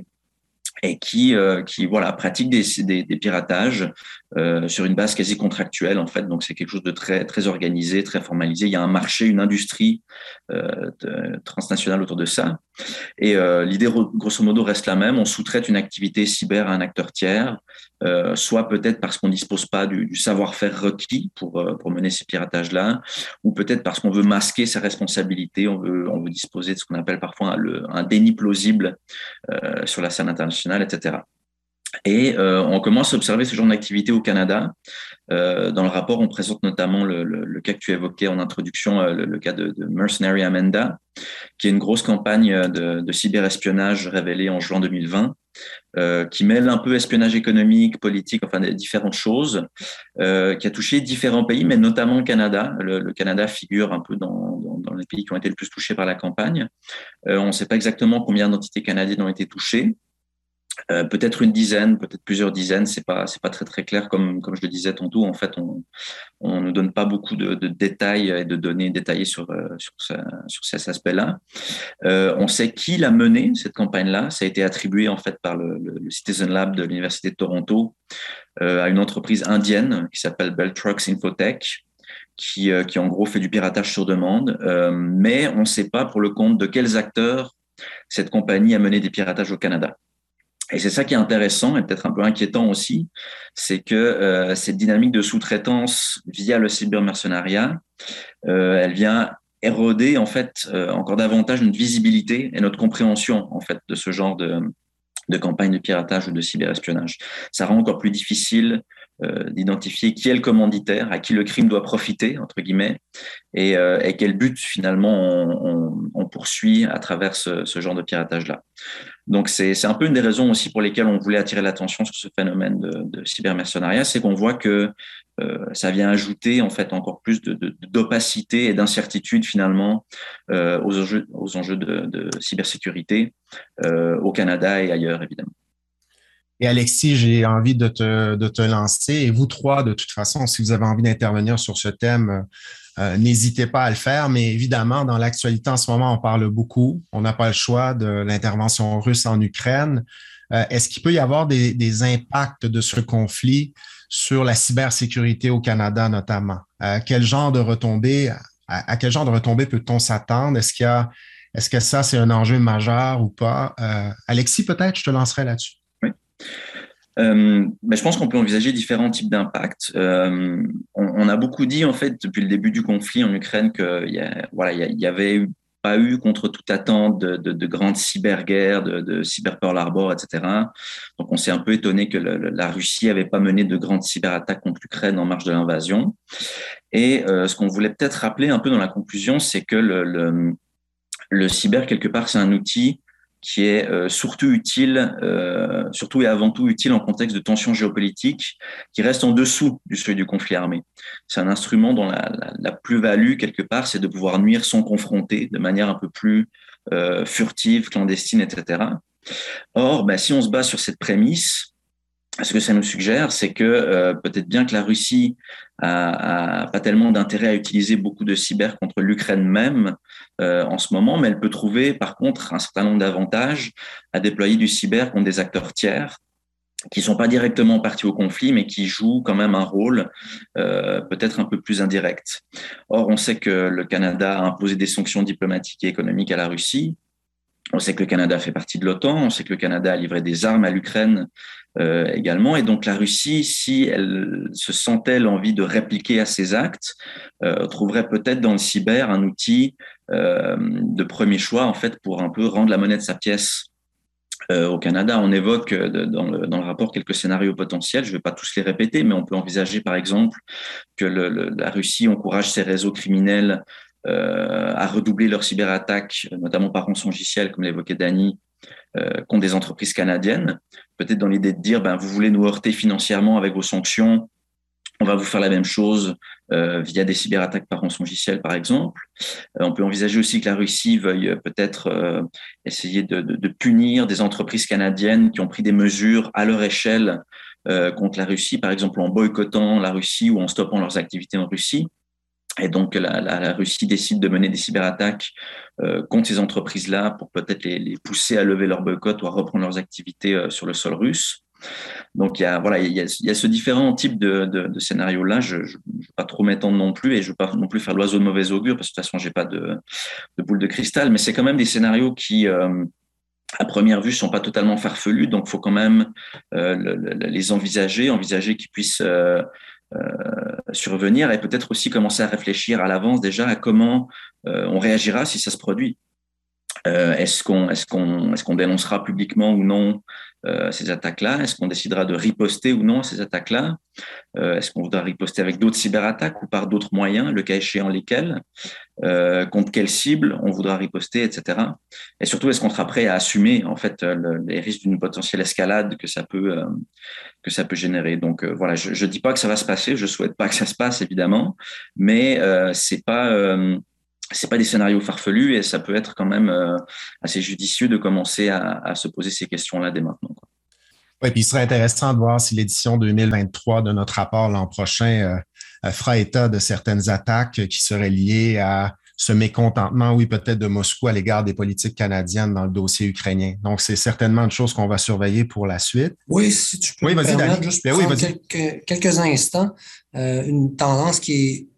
et qui, euh, qui voilà, pratiquent des, des, des piratages euh, sur une base quasi contractuelle en fait. Donc c'est quelque chose de très très organisé, très formalisé. Il y a un marché, une industrie euh, de, transnationale autour de ça. Et euh, l'idée grosso modo reste la même. On sous-traite une activité cyber à un acteur tiers, euh, soit peut-être parce qu'on ne dispose pas du, du savoir-faire requis pour euh, pour mener ces piratages-là, ou peut-être parce qu'on veut masquer ses responsabilités. On veut on veut disposer de ce qu'on appelle parfois un, le, un déni plausible euh, sur la scène internationale, et cetera. Et euh, on commence à observer ce genre d'activité au Canada. Euh, dans le rapport, on présente notamment le, le, le cas que tu évoquais en introduction, euh, le, le cas de, de Mercenary Amanda, qui est une grosse campagne de, de cyberespionnage révélée en juin deux mille vingt, euh, qui mêle un peu espionnage économique, politique, enfin des différentes choses, euh, qui a touché différents pays, mais notamment le Canada. Le, le Canada figure un peu dans, dans, dans les pays qui ont été le plus touchés par la campagne. Euh, on ne sait pas exactement combien d'entités canadiennes ont été touchées. Euh, peut-être une dizaine, peut-être plusieurs dizaines, c'est pas c'est pas très très clair comme comme je le disais tantôt. En fait, on on ne donne pas beaucoup de, de détails et de données détaillées sur euh, sur ça, sur cet aspect-là. Euh, on sait qui l'a mené cette campagne-là. Ça a été attribué en fait par le, le, le Citizen Lab de l'université de Toronto euh, à une entreprise indienne qui s'appelle Bell Trucks Infotech, qui euh, qui en gros fait du piratage sur demande. Euh, mais on ne sait pas pour le compte de quels acteurs cette compagnie a mené des piratages au Canada. Et c'est ça qui est intéressant et peut-être un peu inquiétant aussi, c'est que euh, cette dynamique de sous-traitance via le cybermercenariat, euh, elle vient éroder en fait euh, encore davantage notre visibilité et notre compréhension en fait de ce genre de, de campagne de piratage ou de cyberespionnage. Ça rend encore plus difficile euh, d'identifier qui est le commanditaire, à qui le crime doit profiter entre guillemets, et, euh, et quel but finalement on, on, on poursuit à travers ce, ce genre de piratage-là. Donc, c'est, c'est un peu une des raisons aussi pour lesquelles on voulait attirer l'attention sur ce phénomène de, de cybermercenariat, c'est qu'on voit que euh, ça vient ajouter en fait encore plus de, de, d'opacité et d'incertitude finalement euh, aux enjeux, aux enjeux de, de cybersécurité euh, au Canada et ailleurs évidemment. Et Alexis, j'ai envie de te, de te lancer. Et vous trois, de toute façon, si vous avez envie d'intervenir sur ce thème, euh, n'hésitez pas à le faire. Mais évidemment, dans l'actualité en ce moment, on parle beaucoup. On n'a pas le choix de l'intervention russe en Ukraine. Euh, est-ce qu'il peut y avoir des, des impacts de ce conflit sur la cybersécurité au Canada notamment? Euh, quel genre de retombées, à, à quel genre de retombées peut-on s'attendre? Est-ce qu'il y a, est-ce que ça, c'est un enjeu majeur ou pas? Euh, Alexis, peut-être, je te lancerai là-dessus. Oui. Euh, ben, je pense qu'on peut envisager différents types d'impacts. Euh, on, on a beaucoup dit en fait depuis le début du conflit en Ukraine qu'il y a, voilà, il y avait eu, pas eu contre toute attente de, de, de grandes cyberguerres, de, de cyber Pearl Harbor, et cetera. Donc on s'est un peu étonné que le, la Russie avait pas mené de grandes cyberattaques contre l'Ukraine en marge de l'invasion. Et euh, ce qu'on voulait peut-être rappeler un peu dans la conclusion, c'est que le, le, le cyber quelque part c'est un outil qui est euh, surtout utile, euh, surtout et avant tout utile en contexte de tensions géopolitiques, qui reste en dessous du seuil du conflit armé. C'est un instrument dont la, la, la plus-value, quelque part, c'est de pouvoir nuire sans confronter, de manière un peu plus euh, furtive, clandestine, et cetera. Or, ben, si on se base sur cette prémisse, ce que ça nous suggère, c'est que euh, peut-être bien que la Russie a, a pas tellement d'intérêt à utiliser beaucoup de cyber contre l'Ukraine même euh, en ce moment, mais elle peut trouver par contre un certain nombre d'avantages à déployer du cyber contre des acteurs tiers qui sont pas directement partis au conflit, mais qui jouent quand même un rôle euh, peut-être un peu plus indirect. Or, on sait que le Canada a imposé des sanctions diplomatiques et économiques à la Russie. On sait que le Canada fait partie de l'OTAN, on sait que le Canada a livré des armes à l'Ukraine euh, également. Et donc la Russie, si elle se sentait l'envie de répliquer à ses actes, euh, trouverait peut-être dans le cyber un outil euh, de premier choix en fait pour un peu rendre la monnaie de sa pièce. Euh, au Canada, on évoque de, dans, le, dans le rapport quelques scénarios potentiels. Je ne vais pas tous les répéter, mais on peut envisager par exemple que le, le, la Russie encourage ses réseaux criminels Euh, à redoubler leurs cyberattaques, notamment par rançongiciel, comme l'évoquait Dany, euh, contre des entreprises canadiennes. Peut-être dans l'idée de dire, ben, vous voulez nous heurter financièrement avec vos sanctions, on va vous faire la même chose euh, via des cyberattaques par rançongiciel, par exemple. Euh, on peut envisager aussi que la Russie veuille peut-être euh, essayer de, de, de punir des entreprises canadiennes qui ont pris des mesures à leur échelle euh, contre la Russie, par exemple en boycottant la Russie ou en stoppant leurs activités en Russie. Et donc, la, la, la Russie décide de mener des cyberattaques euh, contre ces entreprises-là pour peut-être les, les pousser à lever leur boycott ou à reprendre leurs activités euh, sur le sol russe. Donc, il y a, voilà, il y a, il y a ce différent type de, de, de scénario-là. Je ne veux pas trop m'étendre non plus et je ne veux pas non plus faire l'oiseau de mauvais augure parce que de toute façon, je n'ai pas de, de boule de cristal. Mais c'est quand même des scénarios qui, euh, à première vue, ne sont pas totalement farfelus. Donc, il faut quand même euh, le, le, les envisager, envisager qu'ils puissent euh, Euh, survenir et peut-être aussi commencer à réfléchir à l'avance déjà à comment euh, on réagira si ça se produit. Euh, est-ce qu'on, est-ce qu'on, est-ce qu'on dénoncera publiquement ou non euh, à ces attaques-là? Est-ce qu'on décidera de riposter ou non à ces attaques-là? euh, Est-ce qu'on voudra riposter avec d'autres cyberattaques ou par d'autres moyens, le cas échéant lesquels? Euh, contre quelle cible on voudra riposter, et cetera. Et surtout, est-ce qu'on sera prêt à assumer en fait le, les risques d'une potentielle escalade que ça peut euh, que ça peut générer. Donc euh, voilà, je ne dis pas que ça va se passer, je souhaite pas que ça se passe évidemment, mais euh, c'est pas euh, c'est pas des scénarios farfelus et ça peut être quand même euh, assez judicieux de commencer à, à se poser ces questions-là dès maintenant, quoi. Oui, puis il serait intéressant de voir si l'édition deux mille vingt-trois de notre rapport l'an prochain euh, fera état de certaines attaques qui seraient liées à ce mécontentement, oui, peut-être de Moscou à l'égard des politiques canadiennes dans le dossier ukrainien. Donc, c'est certainement une chose qu'on va surveiller pour la suite. Oui, si tu peux oui, me vas-y, permettre, Dani. juste Ben prendre oui, vas-y. quelques, quelques instants, euh, une tendance qui est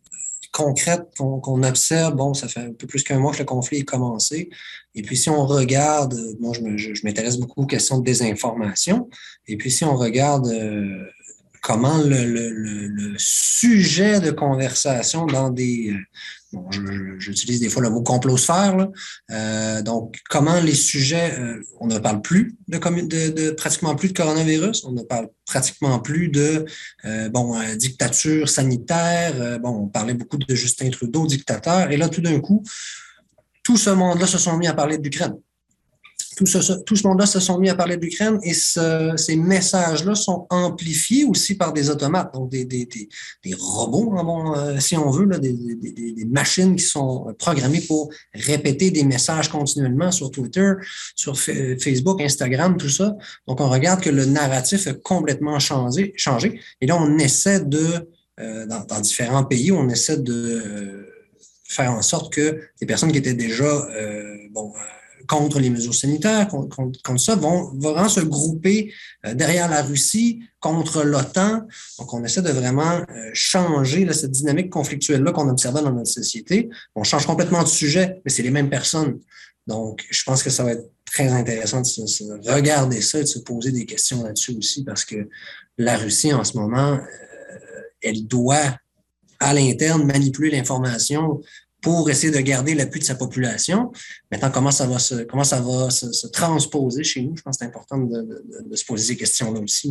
concrète qu'on, qu'on observe. Bon, ça fait un peu plus qu'un mois que le conflit est commencé. Et puis, si on regarde, moi, je, me, je, je m'intéresse beaucoup aux questions de désinformation. Et puis, si on regarde euh, comment le, le, le, le sujet de conversation dans des... Bon, je, j'utilise des fois le mot complosphère, là. Euh, donc, comment les sujets, euh, on ne parle plus de, de, de pratiquement plus de coronavirus, on ne parle pratiquement plus de euh, bon euh, dictature sanitaire. Euh, bon, on parlait beaucoup de Justin Trudeau, dictateur, et là, tout d'un coup, tout ce monde-là se sont mis à parler de l'Ukraine. Tout ce, tout ce monde-là se sont mis à parler de l'Ukraine et ce, ces messages-là sont amplifiés aussi par des automates, donc des, des, des, des robots, hein, bon, euh, si on veut, là, des, des, des machines qui sont programmées pour répéter des messages continuellement sur Twitter, sur F- Facebook, Instagram, tout ça. Donc, on regarde que le narratif a complètement changé. changé et là, on essaie de, euh, dans, dans différents pays, on essaie de euh, faire en sorte que les personnes qui étaient déjà, euh, bon, euh, contre les mesures sanitaires, contre, contre, contre ça, vont, vont vraiment se grouper euh, derrière la Russie, contre l'OTAN. Donc, on essaie de vraiment euh, changer là, cette dynamique conflictuelle-là qu'on observait dans notre société. On change complètement de sujet, mais c'est les mêmes personnes. Donc, je pense que ça va être très intéressant de se, se regarder ça et de se poser des questions là-dessus aussi, parce que la Russie, en ce moment, euh, elle doit, à l'interne, manipuler l'information pour essayer de garder l'appui de sa population. Maintenant, comment ça va se, comment ça va se, se transposer chez nous? Je pense que c'est important de, de, de se poser ces questions-là aussi.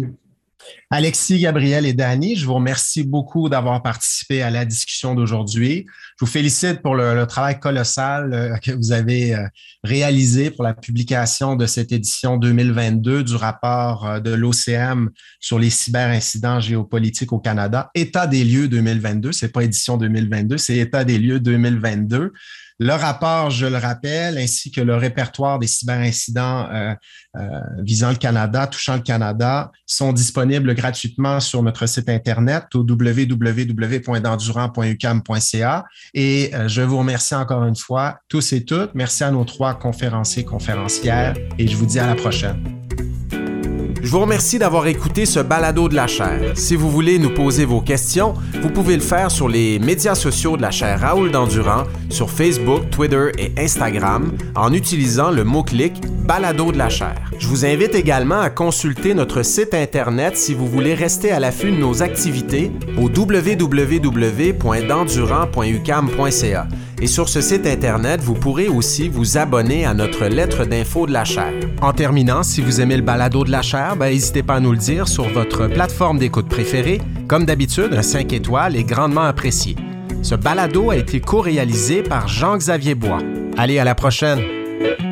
Alexis, Gabriel et Dani, je vous remercie beaucoup d'avoir participé à la discussion d'aujourd'hui. Je vous félicite pour le, le travail colossal euh, que vous avez euh, réalisé pour la publication de cette édition deux mille vingt-deux du rapport euh, de l'O C M sur les cyberincidents géopolitiques au Canada. État des lieux deux mille vingt-deux, c'est pas édition deux mille vingt-deux, c'est État des lieux deux mille vingt-deux. Le rapport, je le rappelle, ainsi que le répertoire des cyberincidents euh, euh, visant le Canada, touchant le Canada, sont disponibles gratuitement sur notre site Internet au w w w point dandurand point u q a m point c a. Et euh, je vous remercie encore une fois, tous et toutes. Merci à nos trois conférenciers, conférencières, et je vous dis à la prochaine. Je vous remercie d'avoir écouté ce balado de la chaire. Si vous voulez nous poser vos questions, vous pouvez le faire sur les médias sociaux de la chaire Raoul Dandurand, sur Facebook, Twitter et Instagram, en utilisant le mot-clic « Balado de la chaire ». Je vous invite également à consulter notre site Internet si vous voulez rester à l'affût de nos activités au w w w point dandurand point u q a m point c a. Et sur ce site Internet, vous pourrez aussi vous abonner à notre lettre d'info de la chaire. En terminant, si vous aimez le balado de la chaire, ben, n'hésitez pas à nous le dire sur votre plateforme d'écoute préférée. Comme d'habitude, un cinq étoiles est grandement apprécié. Ce balado a été co-réalisé par Jean-Xavier Bois. Allez, à la prochaine!